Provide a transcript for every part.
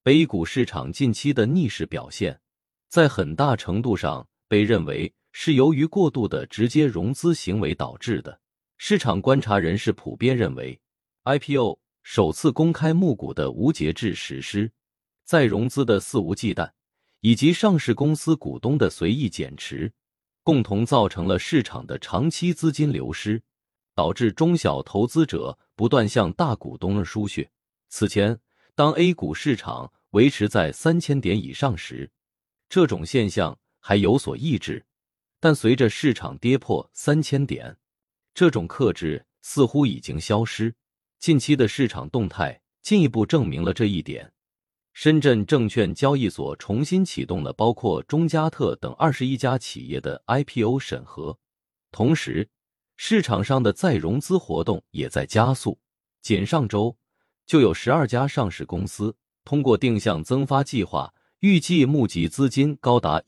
A 股市场近期的逆势表现，在很大程度上被认为是由于过度的直接融资行为导致的。市场观察人士普遍认为 ，IPO 首次公开募股的无节制实施，再融资的肆无忌惮，以及上市公司股东的随意减持，共同造成了市场的长期资金流失，导致中小投资者不断向大股东输血。此前，当 A 股市场维持在3000点以上时，这种现象还有所抑制，但随着市场跌破3000点，这种克制似乎已经消失。近期的市场动态进一步证明了这一点。深圳证券交易所重新启动了包括中嘉特等21家企业的 IPO 审核，同时市场上的再融资活动也在加速。仅上周就有12家上市公司通过定向增发计划，预计募集资金高达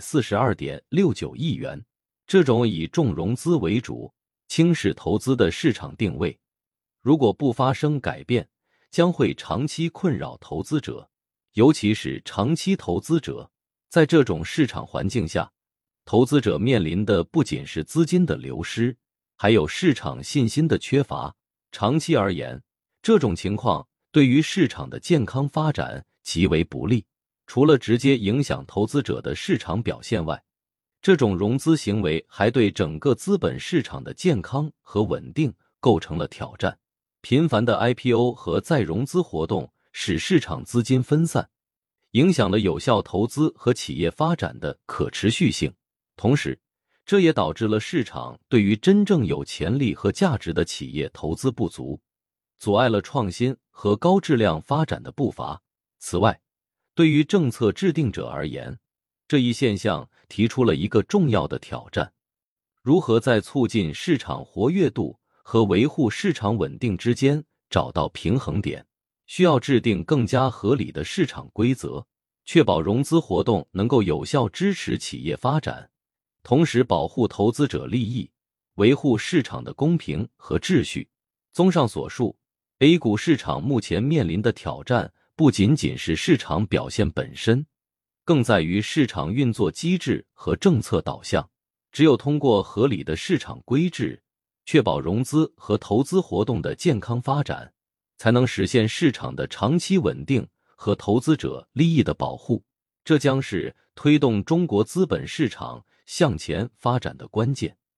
142.69 亿元。这种以重融资为主、轻视投资的市场定位，如果不发生改变，将会长期困扰投资者，尤其是长期投资者。在这种市场环境下，投资者面临的不仅是资金的流失，还有市场信心的缺乏。长期而言，这种情况对于市场的健康发展极为不利。除了直接影响投资者的市场表现外，这种融资行为还对整个资本市场的健康和稳定构成了挑战。频繁的 IPO 和再融资活动使市场资金分散，影响了有效投资和企业发展的可持续性。同时，这也导致了市场对于真正有潜力和价值的企业投资不足，阻碍了创新和高质量发展的步伐。此外，对于政策制定者而言，这一现象提出了一个重要的挑战：如何在促进市场活跃度和维护市场稳定之间找到平衡点。需要制定更加合理的市场规则，确保融资活动能够有效支持企业发展，同时保护投资者利益，维护市场的公平和秩序。综上所述， A 股市场目前面临的挑战不仅仅是市场表现本身，更在于市场运作机制和政策导向。只有通过合理的市场规制，确保融资和投资活动的健康发展，才能实现市场的长期稳定和投资者利益的保护。这将是推动中国资本市场向前发展的关键。